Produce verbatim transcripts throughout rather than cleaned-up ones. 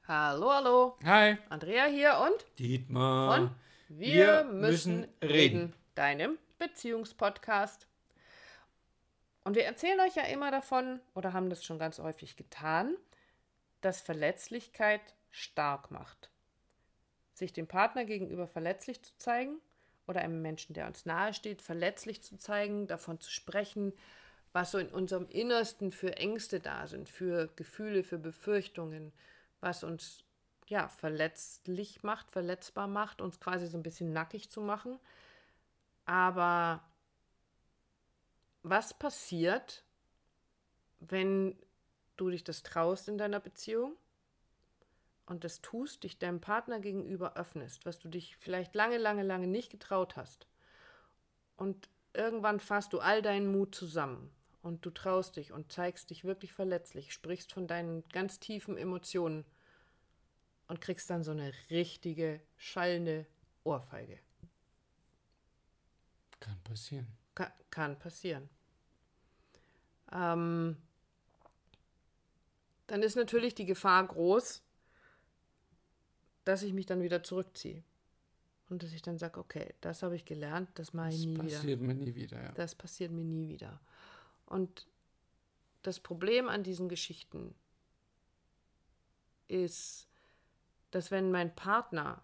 Hallo, hallo. Hi. Andrea hier und Dietmar. von Wir, Wir müssen, müssen reden. reden. Deinem Beziehungspodcast. Und wir erzählen euch ja immer davon, oder haben das schon ganz häufig getan, dass Verletzlichkeit stark macht. Sich dem Partner gegenüber verletzlich zu zeigen oder einem Menschen, der uns nahe steht, verletzlich zu zeigen, davon zu sprechen, was so in unserem Innersten für Ängste da sind, für Gefühle, für Befürchtungen, was uns ja verletzlich macht, verletzbar macht, uns quasi so ein bisschen nackig zu machen. Aber was passiert, wenn du dich das traust in deiner Beziehung und das tust, dich deinem Partner gegenüber öffnest, was du dich vielleicht lange, lange, lange nicht getraut hast? Und irgendwann fasst du all deinen Mut zusammen und du traust dich und zeigst dich wirklich verletzlich, sprichst von deinen ganz tiefen Emotionen und kriegst dann so eine richtige, schallende Ohrfeige. Kann passieren. Ka- kann passieren. Ähm, dann ist natürlich die Gefahr groß, dass ich mich dann wieder zurückziehe. Und dass ich dann sage, okay, das habe ich gelernt, das mache ich nie wieder. Das passiert mir nie wieder, ja. Das passiert mir nie wieder. Und das Problem an diesen Geschichten ist, dass wenn mein Partner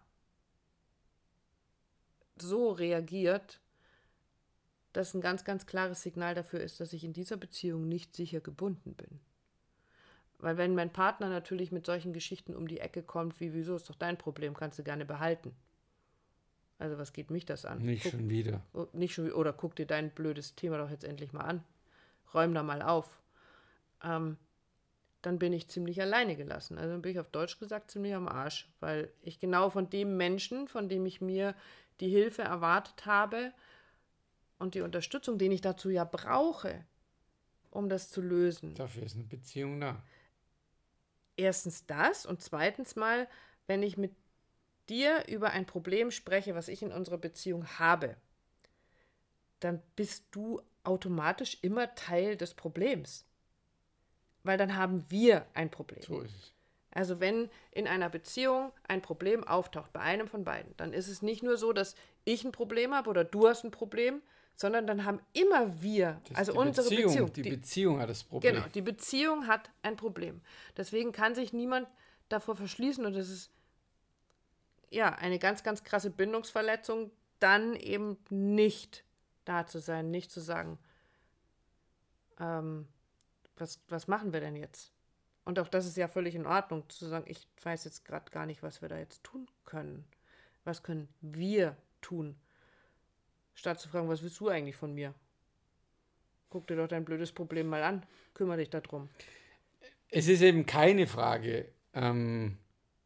so reagiert, das ein ganz, ganz klares Signal dafür ist, dass ich in dieser Beziehung nicht sicher gebunden bin. Weil wenn mein Partner natürlich mit solchen Geschichten um die Ecke kommt, wie, wieso ist doch dein Problem, kannst du gerne behalten. Also was geht mich das an? Nicht guck, schon wieder. Nicht schon, oder guck dir dein blödes Thema doch jetzt endlich mal an. Räum da mal auf. Ähm, dann bin ich ziemlich alleine gelassen. Also dann bin ich auf Deutsch gesagt ziemlich am Arsch, weil ich genau von dem Menschen, von dem ich mir die Hilfe erwartet habe und die Unterstützung, den ich dazu ja brauche, um das zu lösen. Dafür ist eine Beziehung da. Erstens das und zweitens mal, wenn ich mit dir über ein Problem spreche, was ich in unserer Beziehung habe, dann bist du automatisch immer Teil des Problems. Weil dann haben wir ein Problem. So ist es. Also wenn in einer Beziehung ein Problem auftaucht, bei einem von beiden, dann ist es nicht nur so, dass ich ein Problem habe oder du hast ein Problem, sondern dann haben immer wir, Das also die unsere Beziehung, Beziehung. Die, die, Beziehung hat das Problem. Genau, die Beziehung hat ein Problem. Deswegen kann sich niemand davor verschließen und das ist ja eine ganz, ganz krasse Bindungsverletzung, dann eben nicht da zu sein, nicht zu sagen, ähm, was, was machen wir denn jetzt? Und auch das ist ja völlig in Ordnung, zu sagen, ich weiß jetzt gerade gar nicht, was wir da jetzt tun können. Was können wir tun? Statt zu fragen, was willst du eigentlich von mir? Guck dir doch dein blödes Problem mal an. Kümmere dich darum. Es ist eben keine Frage, ähm,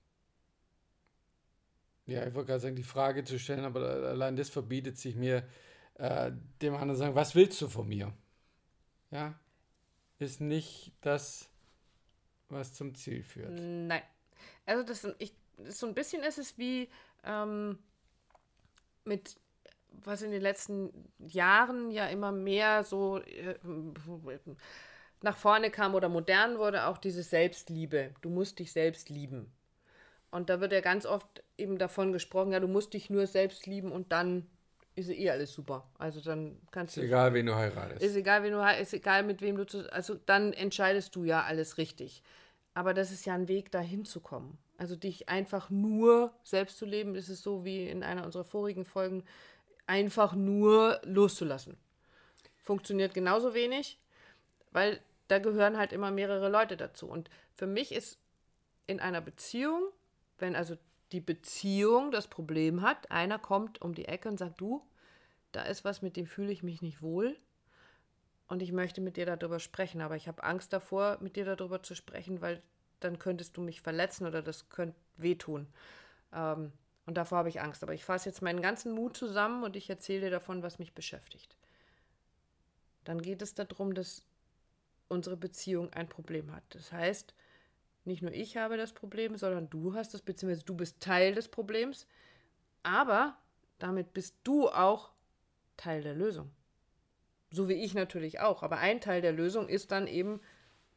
ja, ich wollte gerade sagen, die Frage zu stellen, aber allein das verbietet sich mir, äh, dem anderen sagen, was willst du von mir? Ja, ist nicht das, was zum Ziel führt. Nein. Also das, ich, das so ein bisschen ist es wie ähm, mit, was in den letzten Jahren ja immer mehr so äh, nach vorne kam oder modern wurde, auch diese Selbstliebe. Du musst dich selbst lieben. Und da wird ja ganz oft eben davon gesprochen, ja, du musst dich nur selbst lieben und dann ist eh alles super. Also dann kannst Ist du... egal, wen du heiratest. Ist egal, wen du ist egal, mit wem du... Zu, also dann entscheidest du ja alles richtig. Aber das ist ja ein Weg, dahin zu kommen. Also dich einfach nur selbst zu leben, ist es so wie in einer unserer vorigen Folgen, einfach nur loszulassen. Funktioniert genauso wenig, weil da gehören halt immer mehrere Leute dazu. Und für mich ist in einer Beziehung, wenn also die Beziehung das Problem hat, einer kommt um die Ecke und sagt, du, da ist was, mit dem fühle ich mich nicht wohl und ich möchte mit dir darüber sprechen, aber ich habe Angst davor, mit dir darüber zu sprechen, weil dann könntest du mich verletzen oder das könnte wehtun. Ähm, und davor habe ich Angst. Aber ich fasse jetzt meinen ganzen Mut zusammen und ich erzähle dir davon, was mich beschäftigt. Dann geht es darum, dass unsere Beziehung ein Problem hat. Das heißt, nicht nur ich habe das Problem, sondern du hast es, beziehungsweise du bist Teil des Problems, aber damit bist du auch Teil der Lösung. So wie ich natürlich auch. Aber ein Teil der Lösung ist dann eben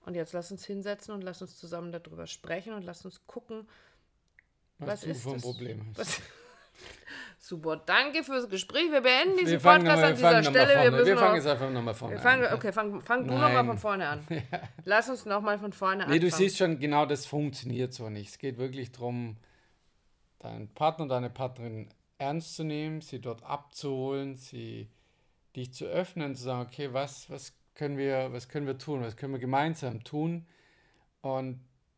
Und jetzt lass uns hinsetzen und lass uns zusammen darüber sprechen und lass uns gucken, Was, was du ist für ein das? Problem hast. Was? Super, danke fürs Gespräch. Wir beenden diesen Wir fangen Podcast noch- an wir fangen dieser noch mal Stelle. Wir, vorne. müssen Wir fangen noch, jetzt einfach nochmal vorne wir fangen, an. okay, fang, fang du Nein. nochmal von vorne an. Lass uns nochmal von vorne Nee, anfangen. du siehst schon, genau das funktioniert so nicht. Es geht wirklich darum, deinen Partner, deine Partnerin ernst zu nehmen, sie dort abzuholen, sie dich zu öffnen, zu sagen, okay, was, was können wir, was können wir tun, was können wir gemeinsam tun? Und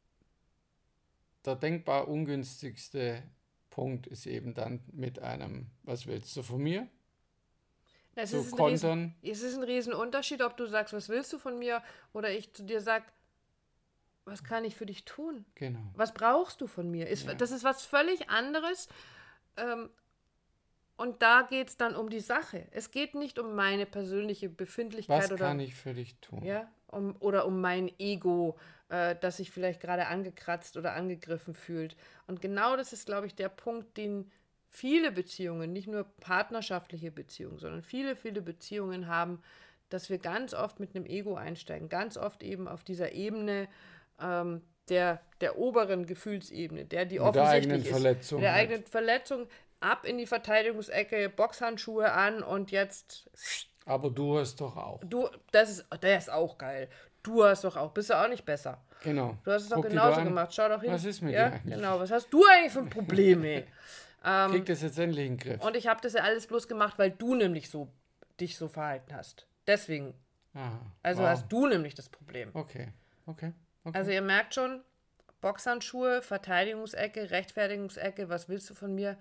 der denkbar ungünstigste Punkt ist eben dann mit einem, was willst du von mir? Es zu ist, ein riesen, kontern. es ist ein Riesenunterschied, ob du sagst, was willst du von mir, oder ich zu dir sage, was kann ich für dich tun? Genau. Was brauchst du von mir? Ist, Ja. Das ist was völlig anderes. Ähm, und da geht es dann um die Sache. Es geht nicht um meine persönliche Befindlichkeit Was oder, kann ich für dich tun? ja, um, oder um mein Ego, äh, das sich vielleicht gerade angekratzt oder angegriffen fühlt. Und genau das ist, glaube ich, der Punkt, den viele Beziehungen, nicht nur partnerschaftliche Beziehungen, sondern viele, viele Beziehungen haben, dass wir ganz oft mit einem Ego einsteigen. Ganz oft eben auf dieser Ebene ähm, der, der oberen Gefühlsebene, der die Mit der offensichtlich eigenen ist. Verletzung Mit der halt. eigenen Verletzung, ab in die Verteidigungsecke, Boxhandschuhe an und jetzt Aber du hast doch auch. du, das ist, der ist auch geil. Du hast doch auch, bist du auch nicht besser. Genau. Du hast es doch Guck dir genauso da an. gemacht. Schau doch hin. Was ist mit ja, dir eigentlich? Genau. Was hast du eigentlich für ein Problem, ey? Krieg das jetzt endlich in den Griff. Und ich habe das ja alles bloß gemacht, weil du nämlich so dich so verhalten hast. Deswegen. Aha. Also Wow. hast du nämlich das Problem. Okay. Okay. Okay. Also ihr merkt schon, Boxhandschuhe, Verteidigungsecke, Rechtfertigungsecke, was willst du von mir,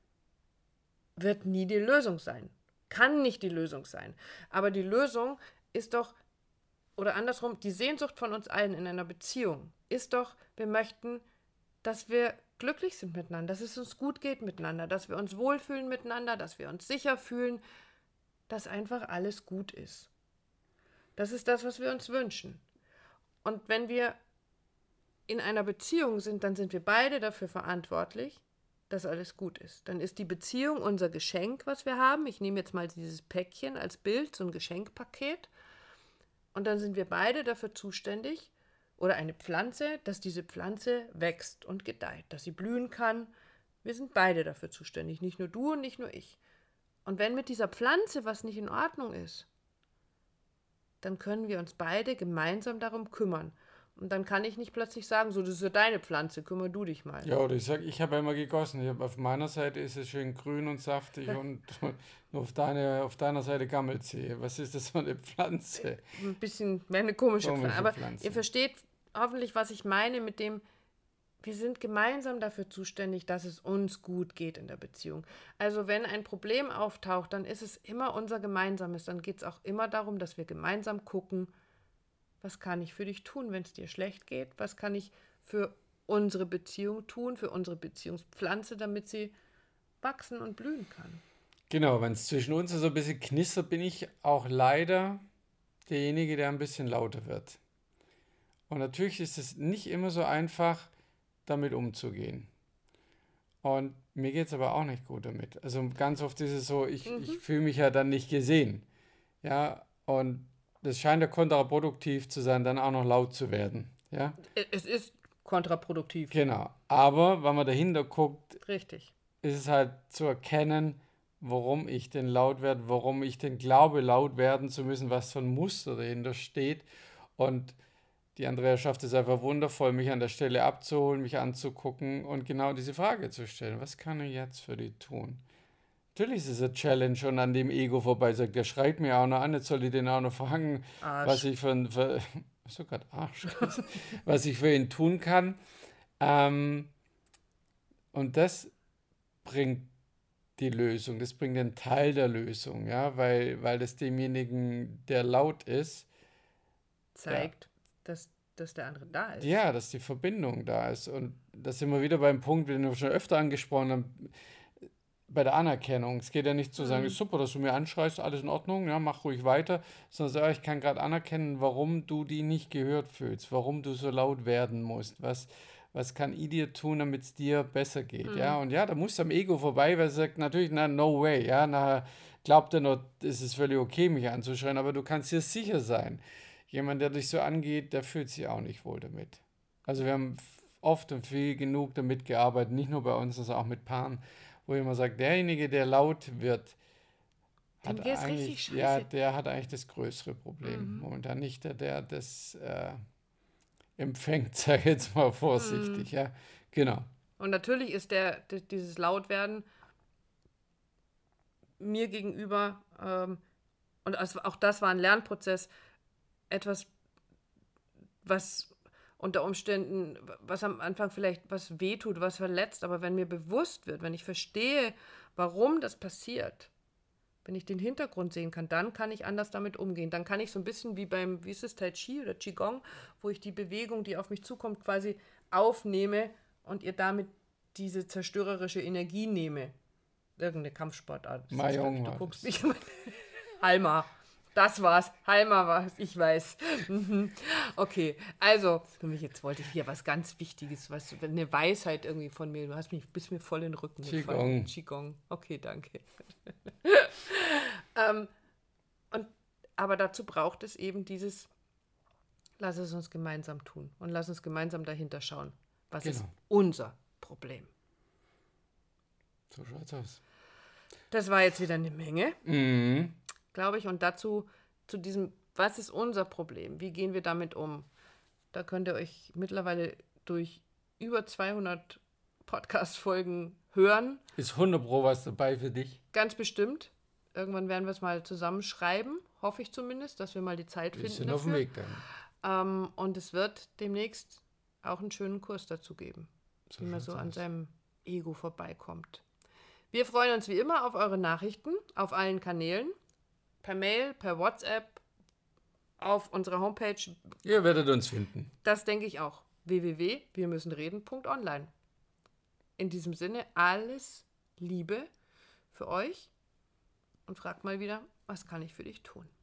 wird nie die Lösung sein. Kann nicht die Lösung sein. Aber die Lösung ist doch, oder andersrum, die Sehnsucht von uns allen in einer Beziehung ist doch, wir möchten, dass wir glücklich sind miteinander, dass es uns gut geht miteinander, dass wir uns wohlfühlen miteinander, dass wir uns sicher fühlen, dass einfach alles gut ist. Das ist das, was wir uns wünschen. Und wenn wir in einer Beziehung sind, dann sind wir beide dafür verantwortlich, dass alles gut ist. Dann ist die Beziehung unser Geschenk, was wir haben. Ich nehme jetzt mal dieses Päckchen als Bild, so ein Geschenkpaket. Und dann sind wir beide dafür zuständig, oder eine Pflanze, dass diese Pflanze wächst und gedeiht, dass sie blühen kann. Wir sind beide dafür zuständig, nicht nur du und nicht nur ich. Und wenn mit dieser Pflanze was nicht in Ordnung ist, dann können wir uns beide gemeinsam darum kümmern. Und dann kann ich nicht plötzlich sagen, so, das ist ja deine Pflanze, kümmere du dich mal. Ja, oder ich sag, ich habe ja immer gegossen. Ich hab, auf meiner Seite ist es schön grün und saftig und nur auf, deine, auf deiner Seite gammelt sie. Was ist das für eine Pflanze? Ein bisschen, wäre eine komische, Komische Pflanze. Aber Pflanze. ihr versteht hoffentlich, was ich meine mit dem, wir sind gemeinsam dafür zuständig, dass es uns gut geht in der Beziehung. Also wenn ein Problem auftaucht, dann ist es immer unser gemeinsames. Dann geht es auch immer darum, dass wir gemeinsam gucken, was kann ich für dich tun, wenn es dir schlecht geht? Was kann ich für unsere Beziehung tun, für unsere Beziehungspflanze, damit sie wachsen und blühen kann? Genau, wenn es zwischen uns so ein bisschen knistert, bin ich auch leider derjenige, der ein bisschen lauter wird. Und natürlich ist es nicht immer so einfach, damit umzugehen. Und mir geht es aber auch nicht gut damit. Also ganz oft ist es so, ich, Mhm. ich fühle mich ja dann nicht gesehen. Ja, und das scheint ja kontraproduktiv zu sein, dann auch noch laut zu werden. Ja, Es ist kontraproduktiv. genau. Aber wenn man dahinter guckt, Richtig. ist es halt zu erkennen, warum ich denn laut werde, warum ich denn glaube, laut werden zu müssen, was für ein Muster dahinter steht. Und die Andrea schafft es einfach wundervoll, mich an der Stelle abzuholen, mich anzugucken und genau diese Frage zu stellen. Was kann ich jetzt für die tun? Natürlich ist es eine Challenge und an dem Ego vorbei sagt, der schreit mir auch noch an, jetzt soll ich den auch noch fragen, Arsch. was ich für, ein- für so gerade Arsch, was ich für ihn tun kann. Ähm, und das bringt die Lösung, das bringt einen Teil der Lösung, ja, weil, weil das demjenigen, der laut ist, Zeigt, dass, dass der andere da ist. ja, dass die Verbindung da ist. Und da sind wir wieder beim Punkt, den wir schon öfter angesprochen haben, bei der Anerkennung. Es geht ja nicht zu sagen, Mhm. ist super, dass du mir anschreist, alles in Ordnung, ja, mach ruhig weiter, sondern sag, ich kann gerade anerkennen, warum du die nicht gehört fühlst, warum du so laut werden musst, was, was kann ich dir tun, damit es dir besser geht, ja, und ja, da musst du am Ego vorbei, weil er sagt natürlich, na, no way, ja, nachher glaubt er noch, es ist völlig okay, mich anzuschreien, aber du kannst dir sicher sein, jemand, der dich so angeht, der fühlt sich auch nicht wohl damit. Also wir haben oft und viel genug damit gearbeitet, nicht nur bei uns, sondern auch mit Paaren, wo jemand sagt, derjenige, der laut wird, Dem hat geht's eigentlich, richtig scheiße. ja, der hat eigentlich das größere Problem. Mhm. Momentan nicht der, der das äh, empfängt, sage ich jetzt mal vorsichtig. Ja, genau. Und natürlich ist der, d- dieses Lautwerden mir gegenüber, ähm, und es- auch das war ein Lernprozess, etwas, was unter Umständen, was am Anfang vielleicht was wehtut, was verletzt, aber wenn mir bewusst wird, wenn ich verstehe, warum das passiert, wenn ich den Hintergrund sehen kann, dann kann ich anders damit umgehen. Dann kann ich so ein bisschen wie beim, wie ist es, Tai Chi oder Qigong, wo ich die Bewegung, die auf mich zukommt, quasi aufnehme und ihr damit diese zerstörerische Energie nehme. Irgendeine Kampfsportart. Das ist, glaub ich, Mahjong du war guckst das. mich. Halma. Das war's. Halma war's. Ich weiß. Mhm. Okay, also, für mich jetzt wollte ich hier was ganz Wichtiges, was eine Weisheit irgendwie von mir. Du hast mich bis mir voll in den Rücken gefallen. Qigong. Qigong. Okay, danke. ähm, und, aber dazu braucht es eben dieses, lass es uns gemeinsam tun und lass uns gemeinsam dahinter schauen. Was ist Genau. unser Problem? So schaut's aus. Das war jetzt wieder eine Menge, Mhm. glaube ich. Und dazu, zu diesem, was ist unser Problem? Wie gehen wir damit um? Da könnt ihr euch mittlerweile durch über zweihundert Podcast-Folgen hören. Ist hundert Pro was dabei für dich? Ganz bestimmt. Irgendwann werden wir es mal zusammenschreiben, hoffe ich zumindest, dass wir mal die Zeit Wir finden sind auf dem dafür. Weg dann. Ähm, und es wird demnächst auch einen schönen Kurs dazu geben, So wie man schaut's so an aus. seinem Ego vorbeikommt. Wir freuen uns wie immer auf eure Nachrichten auf allen Kanälen, per Mail, per WhatsApp, auf unserer Homepage. Ihr werdet uns finden. Das denke ich auch. w w w punkt wir müssen reden punkt online. In diesem Sinne alles Liebe für euch und fragt mal wieder, was kann ich für dich tun?